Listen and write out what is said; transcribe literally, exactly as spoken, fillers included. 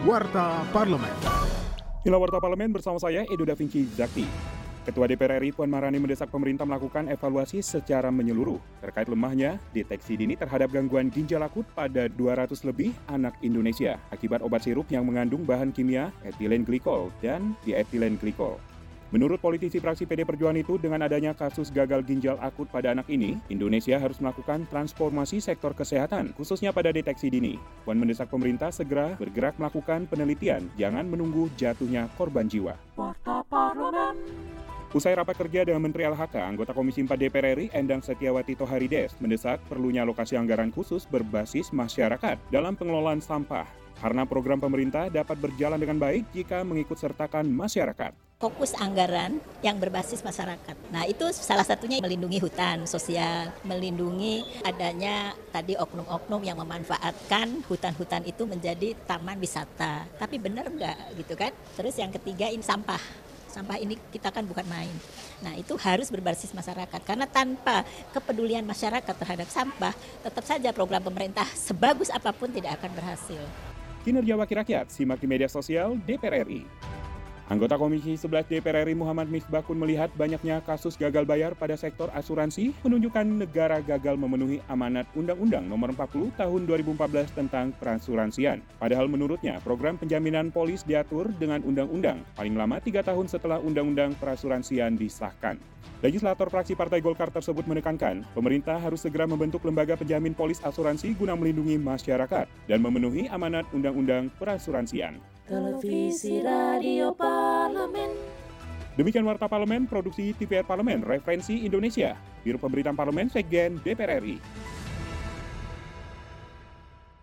Warta Parlemen. Inilah Warta Parlemen bersama saya, Edo Da Vinci Zakti. Ketua D P R R I Puan Maharani mendesak pemerintah melakukan evaluasi secara menyeluruh terkait lemahnya deteksi dini terhadap gangguan ginjal akut pada dua ratus lebih anak Indonesia akibat obat sirup yang mengandung bahan kimia etilen glikol dan dietilen glikol. Menurut politisi fraksi P D Perjuangan itu, dengan adanya kasus gagal ginjal akut pada anak ini, Indonesia harus melakukan transformasi sektor kesehatan, khususnya pada deteksi dini. Puan mendesak pemerintah segera bergerak melakukan penelitian, jangan menunggu jatuhnya korban jiwa. Warta Parlemen. Usai rapat kerja dengan Menteri L H K, anggota Komisi empat D P R R I Endang Setiawati Toharides mendesak perlunya alokasi anggaran khusus berbasis masyarakat dalam pengelolaan sampah, karena program pemerintah dapat berjalan dengan baik jika mengikut sertakan masyarakat. Fokus anggaran yang berbasis masyarakat. Nah, itu salah satunya melindungi hutan sosial, melindungi adanya tadi oknum-oknum yang memanfaatkan hutan-hutan itu menjadi taman wisata. Tapi benar nggak gitu kan? Terus yang ketiga ini sampah. Sampah ini kita kan bukan main. Nah, itu harus berbasis masyarakat. Karena tanpa kepedulian masyarakat terhadap sampah, tetap saja program pemerintah sebagus apapun tidak akan berhasil. Kinerja Wakil Rakyat, simak di media sosial D P R R I. Anggota Komisi sebelas D P R R I Muhammad Misbakun melihat banyaknya kasus gagal bayar pada sektor asuransi menunjukkan negara gagal memenuhi amanat Undang-Undang Nomor empat puluh Tahun dua ribu empat belas tentang perasuransian. Padahal menurutnya program penjaminan polis diatur dengan undang-undang paling lama tiga tahun setelah Undang-Undang Perasuransian disahkan. Legislator fraksi Partai Golkar tersebut menekankan pemerintah harus segera membentuk lembaga penjamin polis asuransi guna melindungi masyarakat dan memenuhi amanat Undang-Undang Perasuransian. Televisi Radio Parlemen. Demikian Warta Parlemen, produksi T V R Parlemen, Referensi Indonesia, Biro Pemberitaan Parlemen, Sekjen D P R R I.